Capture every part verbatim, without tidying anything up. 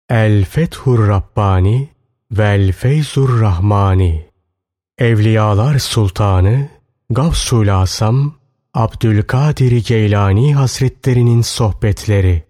El Fethur Rabbani vel Feyzur Rahmani. Evliyalar Sultanı Gavsul Asam Abdülkadir Geylani Hazretlerinin sohbetleri.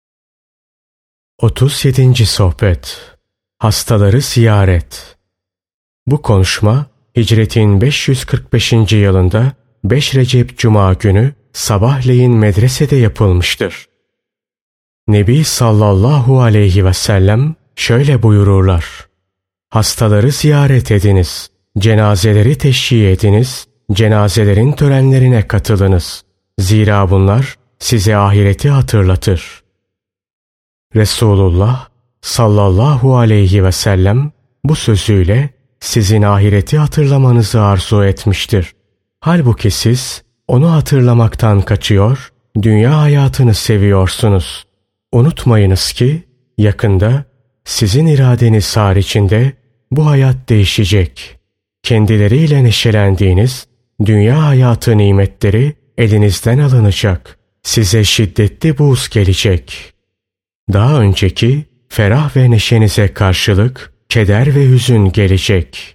otuz yedinci sohbet. Hastaları ziyaret. Bu konuşma Hicretin beş yüz kırk beşinci yılında beş Recep Cuma günü sabahleyin medresede yapılmıştır. Nebi sallallahu aleyhi ve sellem şöyle buyururlar: hastaları ziyaret ediniz, cenazeleri teşhi ediniz, cenazelerin törenlerine katılınız. Zira bunlar size ahireti hatırlatır. Resulullah sallallahu aleyhi ve sellem bu sözüyle sizin ahireti hatırlamanızı arzu etmiştir. Halbuki siz onu hatırlamaktan kaçıyor, dünya hayatını seviyorsunuz. Unutmayınız ki yakında sizin iradeniz haricinde bu hayat değişecek. Kendileriyle neşelendiğiniz dünya hayatı nimetleri elinizden alınacak. Size şiddetli buğz gelecek. Daha önceki ferah ve neşenize karşılık keder ve hüzün gelecek.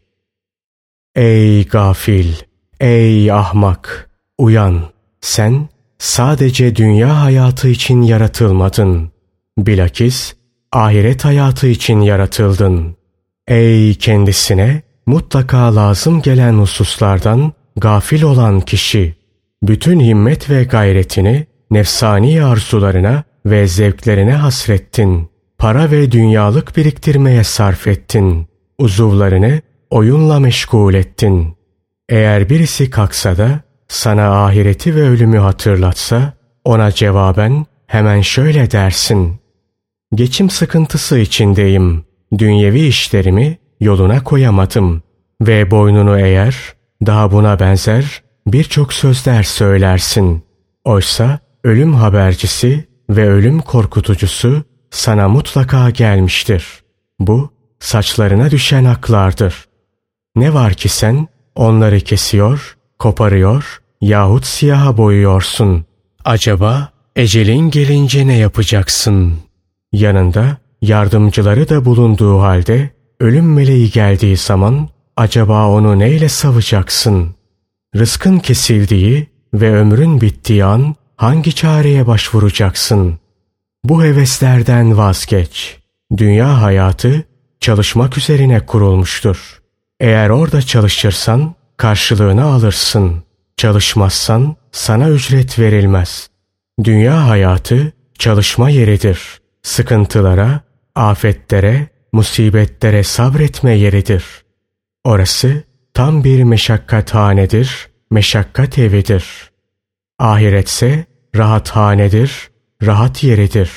Ey gafil, ey ahmak, uyan. Sen sadece dünya hayatı için yaratılmadın. Bilakis ahiret hayatı için yaratıldın. Ey kendisine mutlaka lazım gelen hususlardan gafil olan kişi! Bütün himmet ve gayretini nefsani arzularına ve zevklerine hasrettin. Para ve dünyalık biriktirmeye sarf ettin. Uzuvlarını oyunla meşgul ettin. Eğer birisi kalksa da sana ahireti ve ölümü hatırlatsa, ona cevaben hemen şöyle dersin: geçim sıkıntısı içindeyim. Dünyevi işlerimi yoluna koyamadım. Ve boynunu eğer, daha buna benzer birçok sözler söylersin. Oysa ölüm habercisi ve ölüm korkutucusu sana mutlaka gelmiştir. Bu saçlarına düşen aklardır. Ne var ki sen onları kesiyor, koparıyor yahut siyaha boyuyorsun. Acaba ecelin gelince ne yapacaksın? Yanında yardımcıları da bulunduğu halde ölüm meleği geldiği zaman acaba onu neyle savacaksın? Rızkın kesildiği ve ömrün bittiği an hangi çareye başvuracaksın? Bu heveslerden vazgeç. Dünya hayatı çalışmak üzerine kurulmuştur. Eğer orada çalışırsan karşılığını alırsın. Çalışmazsan sana ücret verilmez. Dünya hayatı çalışma yeridir. Sıkıntılara, afetlere, musibetlere sabretme yeridir. Orası tam bir meşakkathanedir, meşakkat evidir. Ahiretse rahathanedir, rahat yeridir.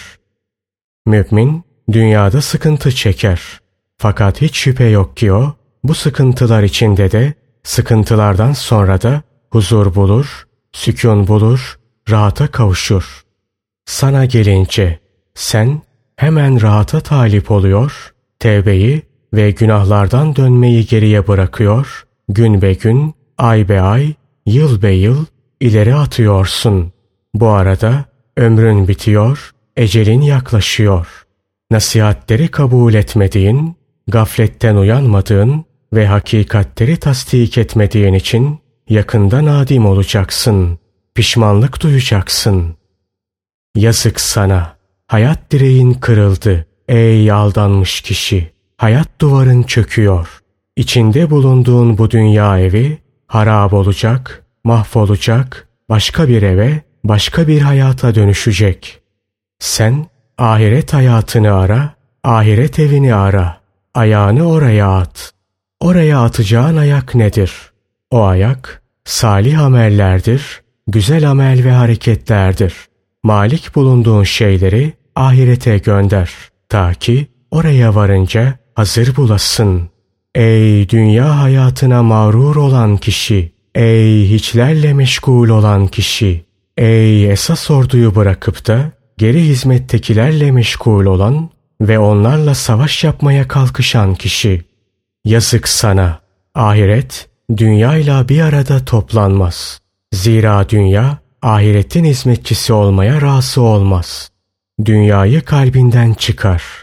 Mümin dünyada sıkıntı çeker. Fakat hiç şüphe yok ki o, bu sıkıntılar içinde de, sıkıntılardan sonra da huzur bulur, sükun bulur, rahata kavuşur. Sana gelince, sen hemen rahata talip oluyor, tevbeyi ve günahlardan dönmeyi geriye bırakıyor, gün be gün, ay be ay, yıl be yıl ileri atıyorsun. Bu arada ömrün bitiyor, ecelin yaklaşıyor. Nasihatleri kabul etmediğin, gafletten uyanmadığın ve hakikatleri tasdik etmediğin için yakında nadim olacaksın, pişmanlık duyacaksın. Yazık sana, hayat direğin kırıldı ey aldanmış kişi. Hayat duvarın çöküyor. İçinde bulunduğun bu dünya evi harap olacak, mahvolacak, başka bir eve, başka bir hayata dönüşecek. Sen ahiret hayatını ara, ahiret evini ara. Ayağını oraya at. Oraya atacağın ayak nedir? O ayak salih amellerdir, güzel amel ve hareketlerdir. Malik bulunduğun şeyleri ahirete gönder. Ta ki oraya varınca hazır bulasın. Ey dünya hayatına mağrur olan kişi! Ey hiçlerle meşgul olan kişi! Ey esas orduyu bırakıp da geri hizmettekilerle meşgul olan ve onlarla savaş yapmaya kalkışan kişi! Yazık sana! Ahiret dünyayla bir arada toplanmaz. Zira dünya ahiretin hizmetçisi olmaya razı olmaz. Dünyayı kalbinden çıkar.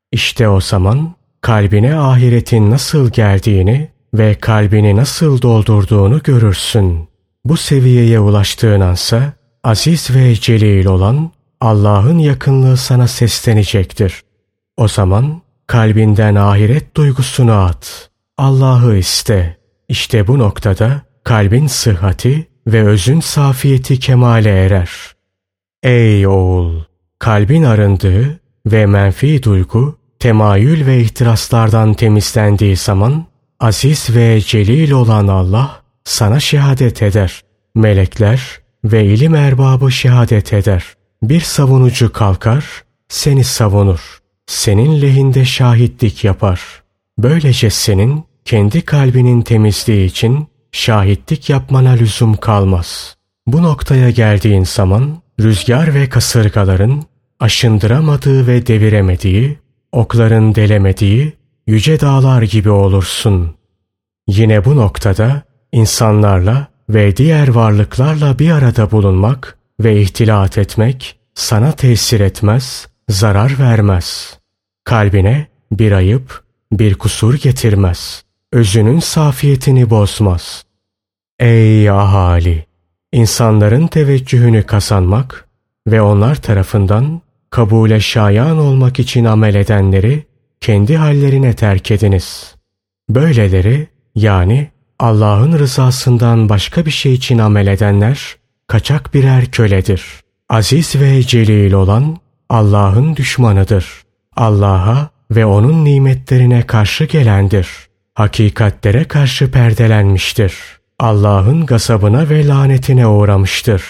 İşte o zaman kalbine ahiretin nasıl geldiğini ve kalbini nasıl doldurduğunu görürsün. Bu seviyeye ulaştığın ansa aziz ve celil olan Allah'ın yakınlığı sana seslenecektir. O zaman kalbinden ahiret duygusunu at. Allah'ı iste. İşte bu noktada kalbin sıhhati ve özün safiyeti kemale erer. Ey oğul! Kalbin arındığı ve menfi duygu, temayül ve ihtiraslardan temizlendiği zaman aziz ve celil olan Allah sana şehadet eder. Melekler ve ilim erbabı şehadet eder. Bir savunucu kalkar, seni savunur. Senin lehinde şahitlik yapar. Böylece senin kendi kalbinin temizliği için şahitlik yapmana lüzum kalmaz. Bu noktaya geldiğin zaman rüzgar ve kasırgaların aşındıramadığı ve deviremediği, okların delemediği yüce dağlar gibi olursun. Yine bu noktada insanlarla ve diğer varlıklarla bir arada bulunmak ve ihtilat etmek sana tesir etmez, zarar vermez. Kalbine bir ayıp, bir kusur getirmez. Özünün safiyetini bozmaz. Ey ahali! İnsanların teveccühünü kazanmak ve onlar tarafından kabule şayan olmak için amel edenleri kendi hallerine terk ediniz. Böyleleri, yani Allah'ın rızasından başka bir şey için amel edenler kaçak birer köledir. Aziz ve celil olan Allah'ın düşmanıdır. Allah'a ve onun nimetlerine karşı gelendir. Hakikatlere karşı perdelenmiştir. Allah'ın gazabına ve lanetine uğramıştır.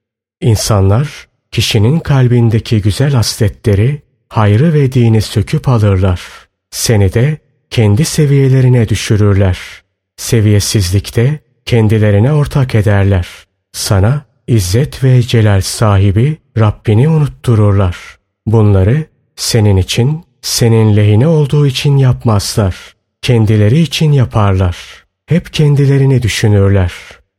İnsanlar kişinin kalbindeki güzel hasletleri, hayrı ve dini söküp alırlar. Seni de kendi seviyelerine düşürürler. Seviyesizlikte kendilerine ortak ederler. Sana izzet ve celal sahibi Rabbini unuttururlar. Bunları senin için, senin lehine olduğu için yapmazlar. Kendileri için yaparlar. Hep kendilerini düşünürler.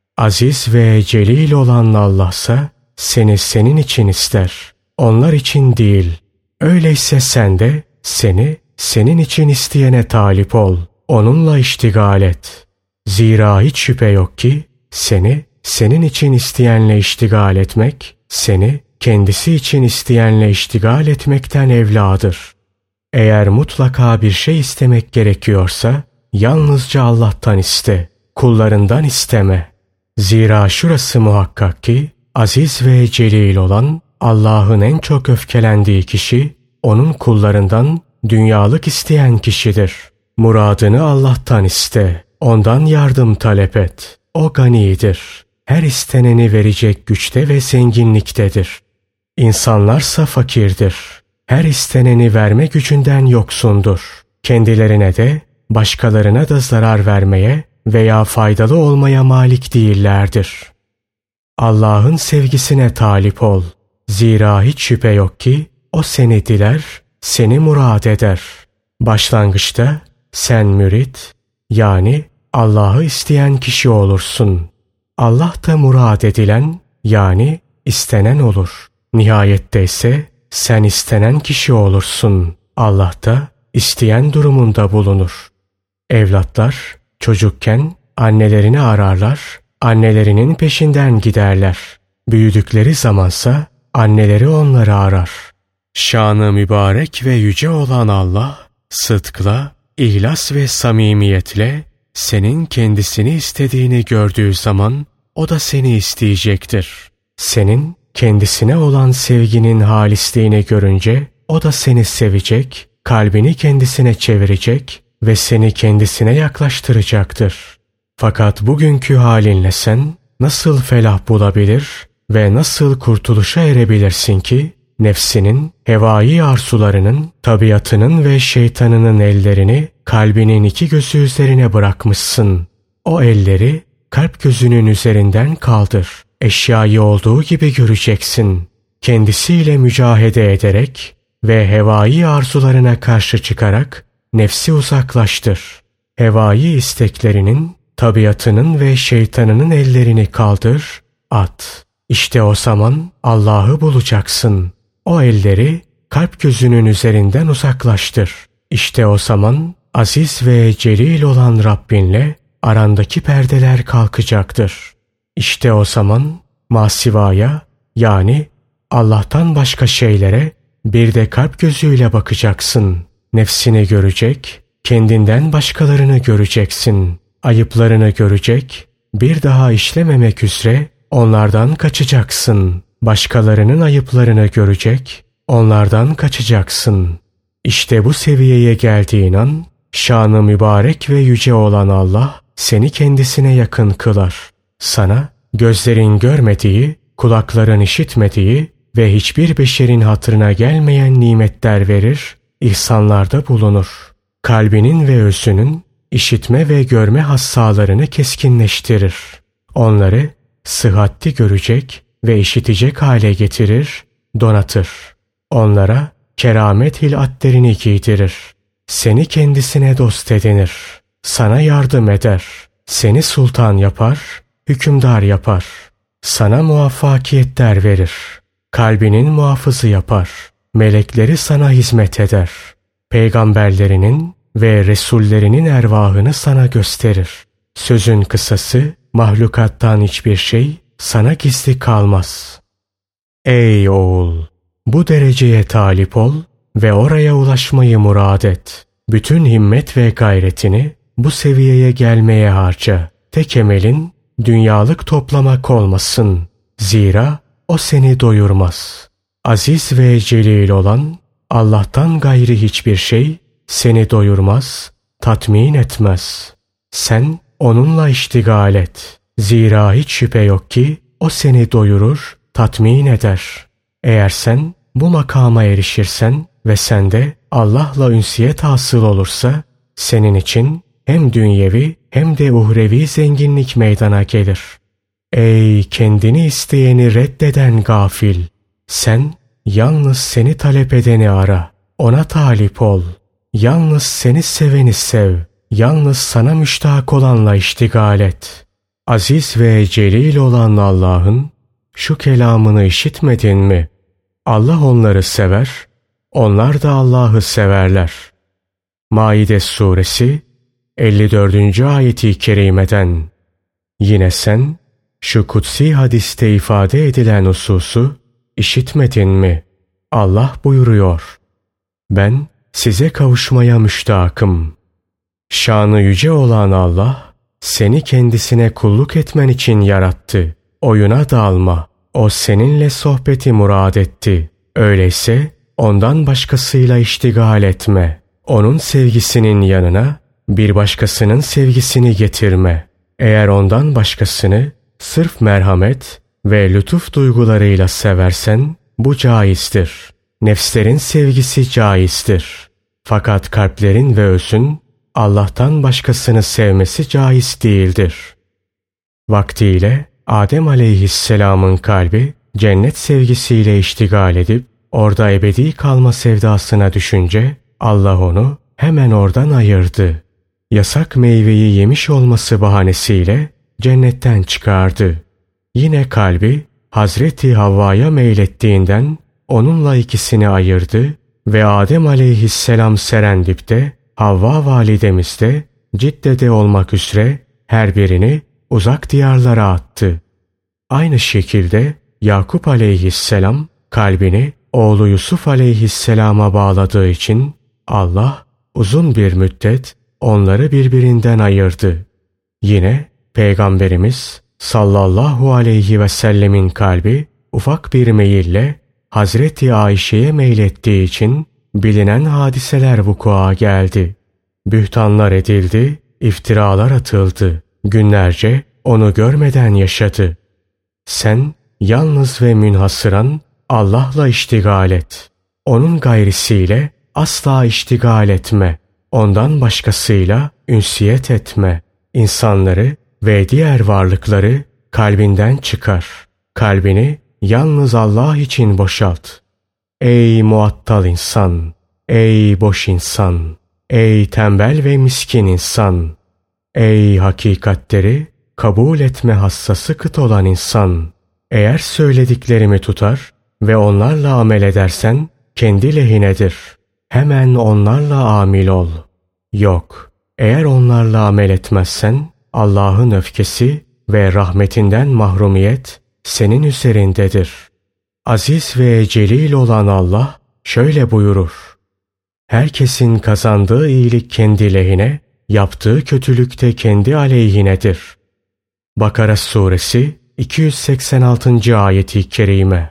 Aziz ve celil olan Allah'sa seni senin için ister. Onlar için değil. Öyleyse sen de seni senin için isteyene talip ol. Onunla iştigal et. Zira hiç şüphe yok ki seni senin için isteyenle iştigal etmek, seni kendisi için isteyenle iştigal etmekten evladır. Eğer mutlaka bir şey istemek gerekiyorsa yalnızca Allah'tan iste, kullarından isteme. Zira şurası muhakkak ki aziz ve celil olan Allah'ın en çok öfkelendiği kişi onun kullarından dünyalık isteyen kişidir. Muradını Allah'tan iste, ondan yardım talep et. O ganidir. Her isteneni verecek güçte ve zenginliktedir. İnsanlarsa fakirdir. Her isteneni verme gücünden yoksundur. Kendilerine de başkalarına da zarar vermeye veya faydalı olmaya malik değillerdir. Allah'ın sevgisine talip ol. Zira hiç şüphe yok ki o seni diler, seni murad eder. Başlangıçta sen mürit, yani Allah'ı isteyen kişi olursun. Allah da murad edilen, yani istenen olur. Nihayette ise sen istenen kişi olursun. Allah da isteyen durumunda bulunur. Evlatlar çocukken annelerini ararlar, annelerinin peşinden giderler. Büyüdükleri zamansa anneleri onları arar. Şanı mübarek ve yüce olan Allah, sıdkla, ihlas ve samimiyetle senin kendisini istediğini gördüğü zaman o da seni isteyecektir. Senin kendisine olan sevginin halisliğini görünce o da seni sevecek, kalbini kendisine çevirecek ve seni kendisine yaklaştıracaktır. Fakat bugünkü halinle sen nasıl felah bulabilir ve nasıl kurtuluşa erebilirsin ki nefsinin, hevai arzularının, tabiatının ve şeytanının ellerini kalbinin iki gözü üzerine bırakmışsın. O elleri kalp gözünün üzerinden kaldır. Eşyayı olduğu gibi göreceksin. Kendisiyle mücahede ederek ve hevai arzularına karşı çıkarak nefsi uzaklaştır. Hevai isteklerinin, tabiatının ve şeytanının ellerini kaldır, at. İşte o zaman Allah'ı bulacaksın. O elleri kalp gözünün üzerinden uzaklaştır. İşte o zaman aziz ve celil olan Rabbinle arandaki perdeler kalkacaktır. İşte o zaman masivaya, yani Allah'tan başka şeylere bir de kalp gözüyle bakacaksın. Nefsini görecek, kendinden başkalarını göreceksin. Ayıplarını görecek, bir daha işlememek üzere onlardan kaçacaksın. Başkalarının ayıplarını görecek, onlardan kaçacaksın. İşte bu seviyeye geldiğin an, şanı mübarek ve yüce olan Allah seni kendisine yakın kılar. Sana gözlerin görmediği, kulakların işitmediği ve hiçbir beşerin hatırına gelmeyen nimetler verir, ihsanlarda bulunur. Kalbinin ve özünün işitme ve görme hassalarını keskinleştirir. Onları sıhhatli görecek ve işitecek hale getirir, donatır. Onlara keramet hilatlerini giydirir. Seni kendisine dost edinir. Sana yardım eder. Seni sultan yapar, hükümdar yapar. Sana muvaffakiyetler verir. Kalbinin muhafızı yapar. Melekleri sana hizmet eder. Peygamberlerinin ve Resullerinin ervahını sana gösterir. Sözün kısası, mahlukattan hiçbir şey sana gizli kalmaz. Ey oğul! Bu dereceye talip ol ve oraya ulaşmayı murad et. Bütün himmet ve gayretini bu seviyeye gelmeye harca. Tek emelin dünyalık toplamak olmasın. Zira o seni doyurmaz. Aziz ve celil olan Allah'tan gayri hiçbir şey seni doyurmaz, tatmin etmez. Sen onunla iştigal et. Zira hiç şüphe yok ki o seni doyurur, tatmin eder. Eğer sen bu makama erişirsen ve sende Allah'la ünsiyet hasıl olursa, senin için hem dünyevi hem de uhrevi zenginlik meydana gelir. Ey kendini isteyeni reddeden gafil! Sen yalnız seni talep edeni ara, ona talip ol. Yalnız seni seveni sev, yalnız sana müştak olanla iştigal et. Aziz ve celil olan Allah'ın şu kelamını işitmedin mi? Allah onları sever, onlar da Allah'ı severler. Maide suresi elli dördüncü ayeti kerimeden. Yine sen şu kutsi hadiste ifade edilen hususu işitmedin mi? Allah buyuruyor: ben size kavuşmaya müştakım. Şanı yüce olan Allah seni kendisine kulluk etmen için yarattı. Oyuna dalma. O seninle sohbeti murad etti. Öyleyse ondan başkasıyla iştigal etme. Onun sevgisinin yanına bir başkasının sevgisini getirme. Eğer ondan başkasını sırf merhamet ve lütuf duygularıyla seversen bu caizdir. Nefslerin sevgisi caizdir. Fakat kalplerin ve özün Allah'tan başkasını sevmesi caiz değildir. Vaktiyle Adem aleyhisselamın kalbi cennet sevgisiyle iştigal edip orada ebedi kalma sevdasına düşünce Allah onu hemen oradan ayırdı. Yasak meyveyi yemiş olması bahanesiyle cennetten çıkardı. Yine kalbi Hazreti Havva'ya meylettiğinden onunla ikisini ayırdı ve Adem aleyhisselam Serendip'te, Havva validemiz de Cidde'de olmak üzere her birini uzak diyarlara attı. Aynı şekilde Yakup aleyhisselam kalbini oğlu Yusuf aleyhisselama bağladığı için Allah uzun bir müddet onları birbirinden ayırdı. Yine Peygamberimiz sallallahu aleyhi ve sellemin kalbi ufak bir meyille Hazreti Ayşe'ye meylettiği için bilinen hadiseler vuku'a geldi. Bühtanlar edildi, iftiralar atıldı. Günlerce onu görmeden yaşadı. Sen yalnız ve münhasıran Allah'la iştigal et. Onun gayrisiyle asla iştigal etme. Ondan başkasıyla ünsiyet etme. İnsanları ve diğer varlıkları kalbinden çıkar. Kalbini yalnız Allah için boşalt. Ey muattal insan! Ey boş insan! Ey tembel ve miskin insan! Ey hakikatleri kabul etme hassası kıt olan insan! Eğer söylediklerimi tutar ve onlarla amel edersen kendi lehinedir. Hemen onlarla amil ol. Yok, eğer onlarla amel etmezsen Allah'ın öfkesi ve rahmetinden mahrumiyet senin üzerindedir. Aziz ve celil olan Allah şöyle buyurur: herkesin kazandığı iyilik kendi lehine, yaptığı kötülük de kendi aleyhinedir. Bakara suresi iki yüz seksen altıncı ayeti kerime.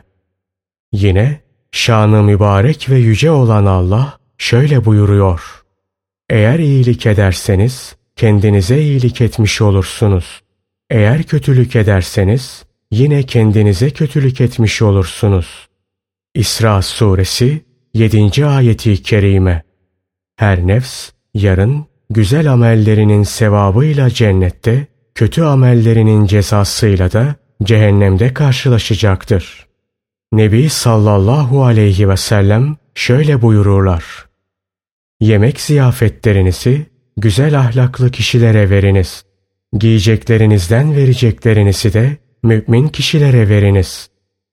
Yine şanı mübarek ve yüce olan Allah şöyle buyuruyor: eğer iyilik ederseniz kendinize iyilik etmiş olursunuz. Eğer kötülük ederseniz yine kendinize kötülük etmiş olursunuz. İsra suresi yedinci ayeti kerime. Her nefs yarın güzel amellerinin sevabıyla cennette, kötü amellerinin cezasıyla da cehennemde karşılaşacaktır. Nebi sallallahu aleyhi ve sellem şöyle buyururlar: yemek ziyafetlerinizi güzel ahlaklı kişilere veriniz. Giyeceklerinizden vereceklerinizi de mümin kişilere veriniz.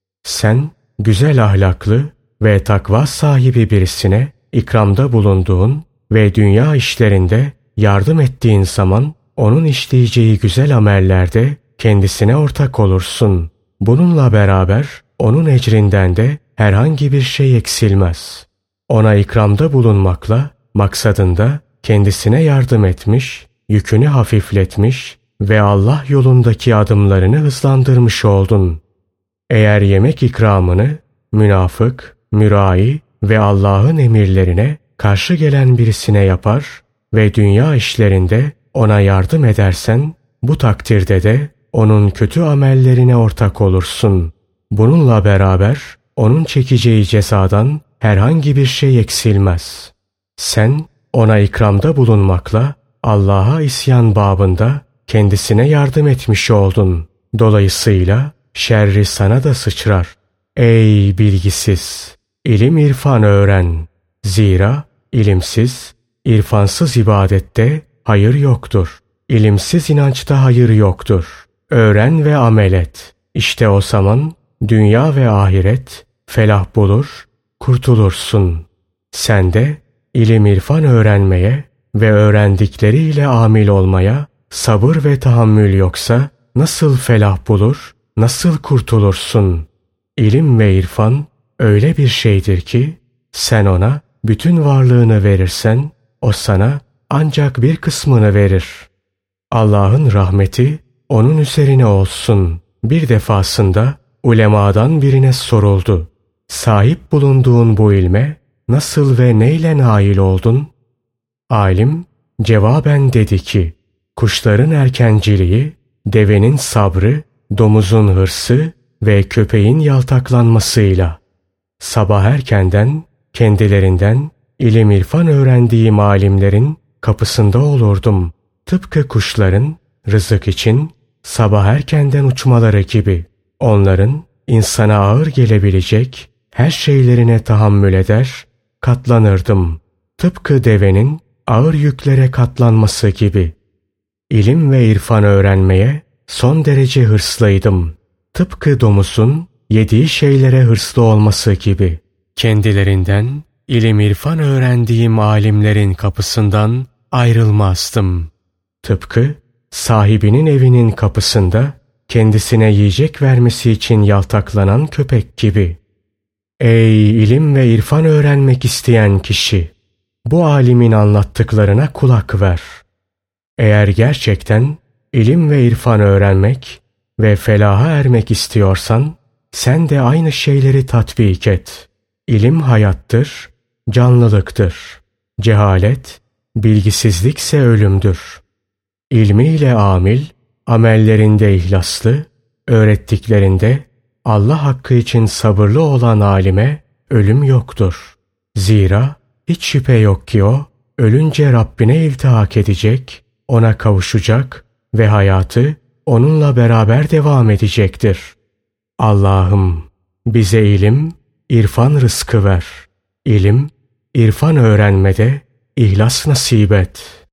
Sen güzel ahlaklı ve takva sahibi birisine ikramda bulunduğun ve dünya işlerinde yardım ettiğin zaman onun işleyeceği güzel amellerde kendisine ortak olursun. Bununla beraber onun ecrinden de herhangi bir şey eksilmez. Ona ikramda bulunmakla maksadında kendisine yardım etmiş, yükünü hafifletmiş ve Allah yolundaki adımlarını hızlandırmış oldun. Eğer yemek ikramını münafık, mürai ve Allah'ın emirlerine karşı gelen birisine yapar ve dünya işlerinde ona yardım edersen, bu takdirde de onun kötü amellerine ortak olursun. Bununla beraber onun çekeceği cezadan herhangi bir şey eksilmez. Sen ona ikramda bulunmakla Allah'a isyan babında kendisine yardım etmiş oldun. Dolayısıyla şerri sana da sıçrar. Ey bilgisiz! İlim irfan öğren. Zira ilimsiz, irfansız ibadette hayır yoktur. İlimsiz inançta hayır yoktur. Öğren ve amel et. İşte o zaman dünya ve ahiret felah bulur, kurtulursun. Sen de ilim irfan öğrenmeye ve öğrendikleriyle amil olmaya sabır ve tahammül yoksa nasıl felah bulur, nasıl kurtulursun? İlim ve irfan öyle bir şeydir ki sen ona bütün varlığını verirsen o sana ancak bir kısmını verir. Allah'ın rahmeti onun üzerine olsun. Bir defasında ulemadan birine soruldu: sahip bulunduğun bu ilme nasıl ve neyle nail oldun? Alim cevaben dedi ki: kuşların erkenciliği, devenin sabrı, domuzun hırsı ve köpeğin yaltaklanmasıyla. Sabah erkenden kendilerinden ilim irfan öğrendiğim alimlerin kapısında olurdum. Tıpkı kuşların rızık için sabah erkenden uçmaları gibi. Onların insana ağır gelebilecek her şeylerine tahammül eder, katlanırdım. Tıpkı devenin ağır yüklere katlanması gibi. İlim ve irfan öğrenmeye son derece hırslıydım. Tıpkı domuzun yediği şeylere hırslı olması gibi. Kendilerinden ilim irfan öğrendiğim alimlerin kapısından ayrılmazdım. Tıpkı sahibinin evinin kapısında kendisine yiyecek vermesi için yaltaklanan köpek gibi. Ey ilim ve irfan öğrenmek isteyen kişi! Bu alimin anlattıklarına kulak ver. Eğer gerçekten ilim ve irfan öğrenmek ve felaha ermek istiyorsan, sen de aynı şeyleri tatbik et. İlim hayattır, canlılıktır. Cehalet, bilgisizlikse ölümdür. İlmiyle amil, amellerinde ihlaslı, öğrettiklerinde Allah hakkı için sabırlı olan alime ölüm yoktur. Zira hiç şüphe yok ki o, ölünce Rabbine iltihak edecek, ona kavuşacak ve hayatı onunla beraber devam edecektir. Allah'ım bize ilim, irfan rızkı ver. İlim, irfan öğrenmede ihlas nasip et.